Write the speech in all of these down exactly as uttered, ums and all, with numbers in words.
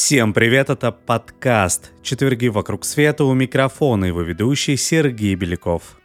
Всем привет, это подкаст «Четверги вокруг света», у микрофона его ведущий Сергей Беляков.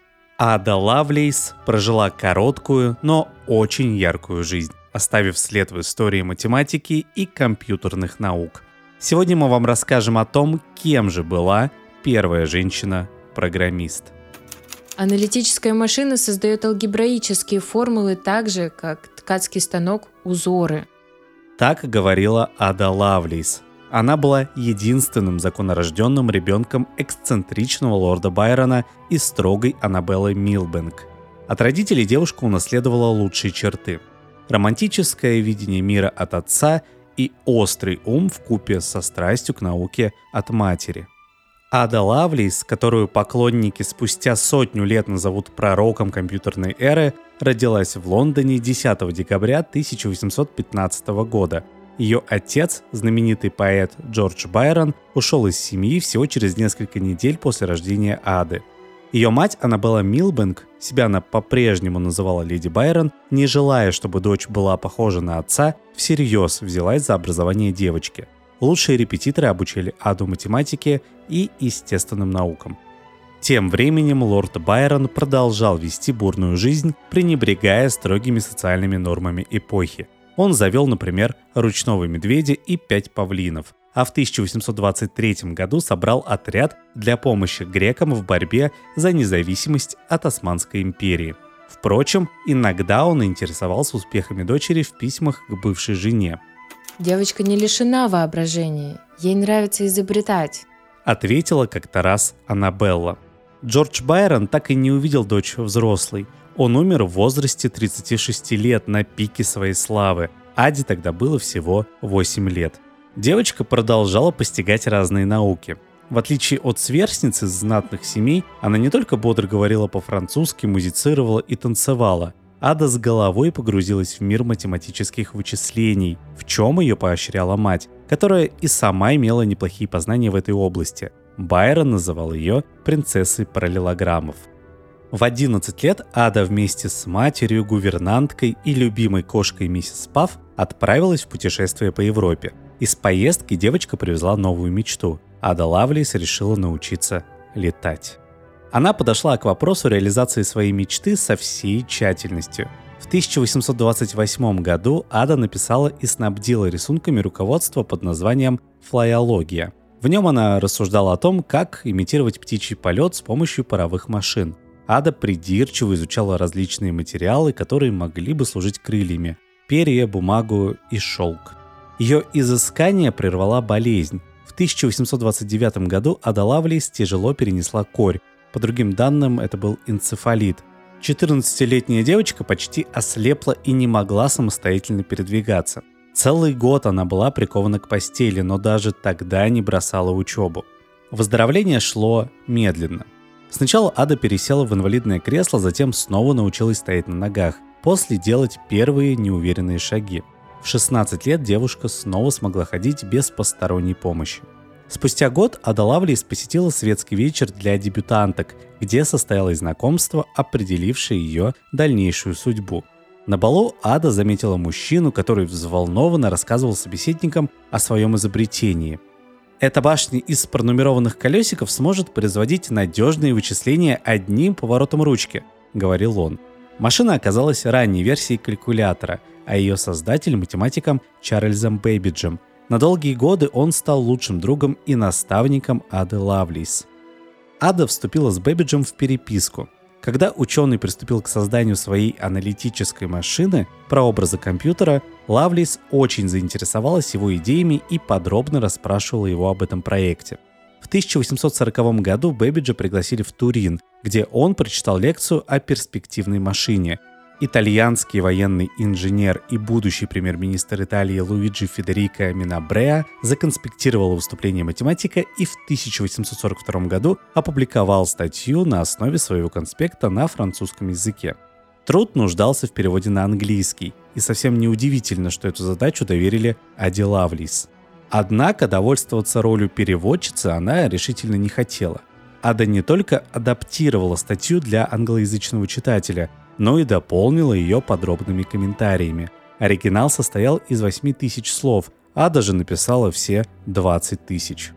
Ада Лавлейс прожила короткую, но очень яркую жизнь, оставив след в истории математики и компьютерных наук. Сегодня мы вам расскажем о том, кем же была первая женщина-программист. Аналитическая машина создает алгебраические формулы так же, как ткацкий станок узоры. Так говорила Ада Лавлейс. Она была единственным законорожденным ребенком эксцентричного лорда Байрона и строгой Аннабеллы Милбэнк. От родителей девушка унаследовала лучшие черты: романтическое видение мира от отца и острый ум вкупе со страстью к науке от матери. Ада Лавлейс, которую поклонники спустя сотню лет назовут пророком компьютерной эры, родилась в Лондоне десятого декабря тысяча восемьсот пятнадцатого года. Ее отец, знаменитый поэт Джордж Байрон, ушел из семьи всего через несколько недель после рождения Ады. Ее мать Аннабелла Милбэнк, себя она по-прежнему называла леди Байрон, не желая, чтобы дочь была похожа на отца, всерьез взялась за образование девочки. Лучшие репетиторы обучили Аду математике и естественным наукам. Тем временем лорд Байрон продолжал вести бурную жизнь, пренебрегая строгими социальными нормами эпохи. Он завел, например, ручного медведя и пять павлинов, а в тысяча восемьсот двадцать третьем году собрал отряд для помощи грекам в борьбе за независимость от Османской империи. Впрочем, иногда он интересовался успехами дочери в письмах к бывшей жене. «Девочка не лишена воображения, ей нравится изобретать», — ответила как-то раз Аннабелла. Джордж Байрон так и не увидел дочь взрослой. Он умер в возрасте тридцати шести лет на пике своей славы. Аде тогда было всего восемь лет. Девочка продолжала постигать разные науки. В отличие от сверстниц из знатных семей, она не только бодро говорила по-французски, музицировала и танцевала. Ада с головой погрузилась в мир математических вычислений, в чем ее поощряла мать, которая и сама имела неплохие познания в этой области. Байрон называл ее принцессой параллелограммов. В одиннадцать лет Ада вместе с матерью, гувернанткой и любимой кошкой миссис Пафф отправилась в путешествие по Европе. Из поездки девочка привезла новую мечту. Ада Лавлейс решила научиться летать. Она подошла к вопросу реализации своей мечты со всей тщательностью. В тысяча восемьсот двадцать восьмом году Ада написала и снабдила рисунками руководство под названием «Флайология». В нем она рассуждала о том, как имитировать птичий полет с помощью паровых машин. Ада придирчиво изучала различные материалы, которые могли бы служить крыльями: перья, бумагу и шелк. Ее изыскание прервала болезнь. В тысяча восемьсот двадцать девятом году Ада Лавлейс тяжело перенесла корь. По другим данным, это был энцефалит. четырнадцатилетняя девочка почти ослепла и не могла самостоятельно передвигаться. Целый год она была прикована к постели, но даже тогда не бросала учебу. Выздоровление шло медленно. Сначала Ада пересела в инвалидное кресло, затем снова научилась стоять на ногах, после делать первые неуверенные шаги. В шестнадцать лет девушка снова смогла ходить без посторонней помощи. Спустя год Ада Лавлейс посетила светский вечер для дебютанток, где состоялось знакомство, определившее ее дальнейшую судьбу. На балу Ада заметила мужчину, который взволнованно рассказывал собеседникам о своем изобретении. «Эта башня из пронумерованных колесиков сможет производить надежные вычисления одним поворотом ручки», — говорил он. Машина оказалась ранней версией калькулятора, а ее создатель — математиком Чарльзом Бэббиджем. На долгие годы он стал лучшим другом и наставником Ады Лавлейс. Ада вступила с Бэббиджем в переписку. Когда ученый приступил к созданию своей аналитической машины, прообраза компьютера, Лавлейс очень заинтересовалась его идеями и подробно расспрашивала его об этом проекте. В тысяча восемьсот сороковом году Бэббиджа пригласили в Турин, где он прочитал лекцию о перспективной машине. Итальянский военный инженер и будущий премьер-министр Италии Луиджи Федерико Минабреа законспектировал выступление математика и в тысяча восемьсот сорок втором году опубликовал статью на основе своего конспекта на французском языке. Труд нуждался в переводе на английский, и совсем неудивительно, что эту задачу доверили Аде Лавлейс. Однако довольствоваться ролью переводчицы она решительно не хотела. Ада не только адаптировала статью для англоязычного читателя, но и дополнила ее подробными комментариями. Оригинал состоял из восьми тысяч слов, Ада же написала все двадцать тысяч.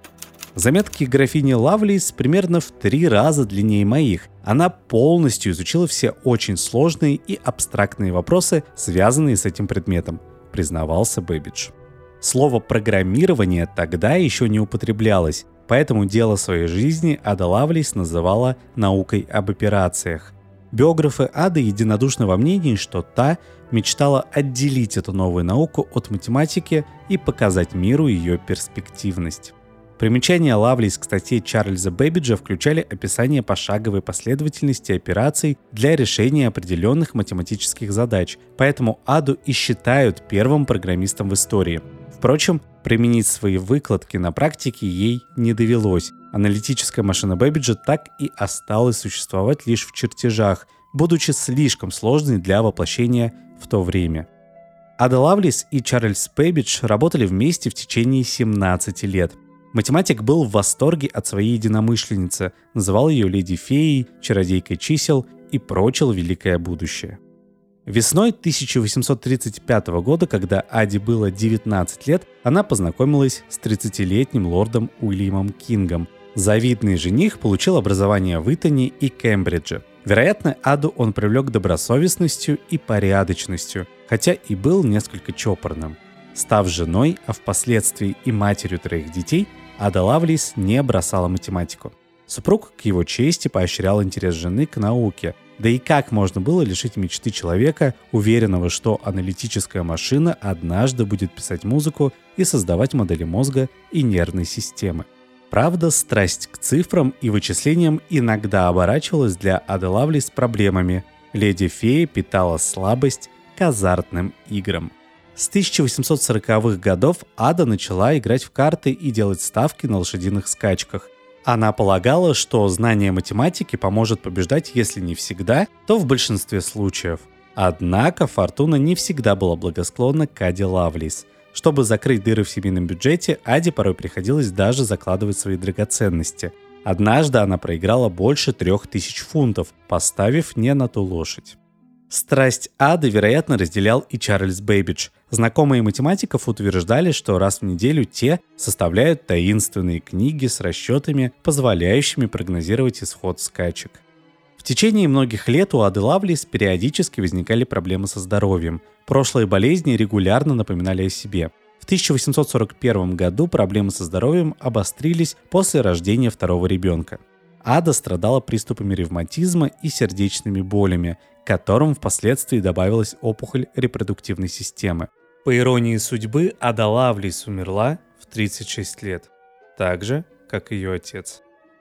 Заметки графини Лавлейс примерно в три раза длиннее моих. Она полностью изучила все очень сложные и абстрактные вопросы, связанные с этим предметом, признавался Бэббидж. Слово «программирование» тогда еще не употреблялось, поэтому дело своей жизни Ада Лавлейс называла наукой об операциях. Биографы Ады единодушны во мнении, что та мечтала отделить эту новую науку от математики и показать миру ее перспективность. Примечания Лавлейс к статье Чарльза Бэббиджа включали описание пошаговой последовательности операций для решения определенных математических задач, поэтому Аду и считают первым программистом в истории. Впрочем, применить свои выкладки на практике ей не довелось. Аналитическая машина Бэббиджа так и осталась существовать лишь в чертежах, будучи слишком сложной для воплощения в то время. Ада Лавлейс и Чарльз Бэббидж работали вместе в течение семнадцати лет. Математик был в восторге от своей единомышленницы, называл ее леди-феей, чародейкой чисел и прочил великое будущее. Весной тысяча восемьсот тридцать пятого года, когда Аде было девятнадцать лет, она познакомилась с тридцатилетним лордом Уильямом Кингом. Завидный жених получил образование в Итоне и Кембридже. Вероятно, Аду он привлек добросовестностью и порядочностью, хотя и был несколько чопорным. Став женой, а впоследствии и матерью троих детей, Ада Лавлейс не бросала математику. Супруг, к его чести, поощрял интерес жены к науке. Да и как можно было лишить мечты человека, уверенного, что аналитическая машина однажды будет писать музыку и создавать модели мозга и нервной системы? Правда, страсть к цифрам и вычислениям иногда оборачивалась для Ады Лавлейс проблемами. Леди-фея питала слабость к азартным играм. С тысяча восемьсот сороковых годов Ада начала играть в карты и делать ставки на лошадиных скачках. Она полагала, что знание математики поможет побеждать, если не всегда, то в большинстве случаев. Однако фортуна не всегда была благосклонна к Аде Лавлейс. Чтобы закрыть дыры в семейном бюджете, Аде порой приходилось даже закладывать свои драгоценности. Однажды она проиграла больше трех тысяч фунтов, поставив не на ту лошадь. Страсть Ады, вероятно, разделял и Чарльз Бэббидж. Знакомые математиков утверждали, что раз в неделю те составляют таинственные книги с расчетами, позволяющими прогнозировать исход скачек. В течение многих лет у Ады Лавлейс периодически возникали проблемы со здоровьем. Прошлые болезни регулярно напоминали о себе. В тысяча восемьсот сорок первом году проблемы со здоровьем обострились после рождения второго ребенка. Ада страдала приступами ревматизма и сердечными болями, к которым впоследствии добавилась опухоль репродуктивной системы. По иронии судьбы, Ада Лавлейс умерла в тридцать шесть лет, так же, как ее отец.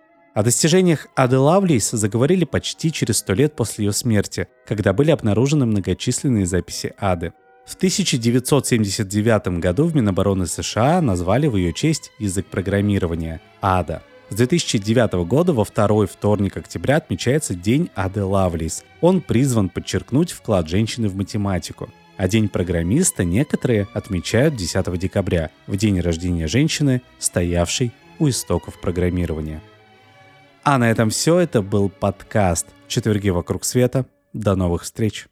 О достижениях Ады Лавлейс заговорили почти через сто лет после ее смерти, когда были обнаружены многочисленные записи Ады. В тысяча девятьсот семьдесят девятом году в Минобороны США назвали в ее честь язык программирования – Ада. С две тысячи девятого года во второй вторник октября отмечается День Ады Лавлейс. Он призван подчеркнуть вклад женщины в математику. А День программиста некоторые отмечают десятого декабря, в день рождения женщины, стоявшей у истоков программирования. А на этом все. Это был подкаст «Четверги вокруг света». До новых встреч!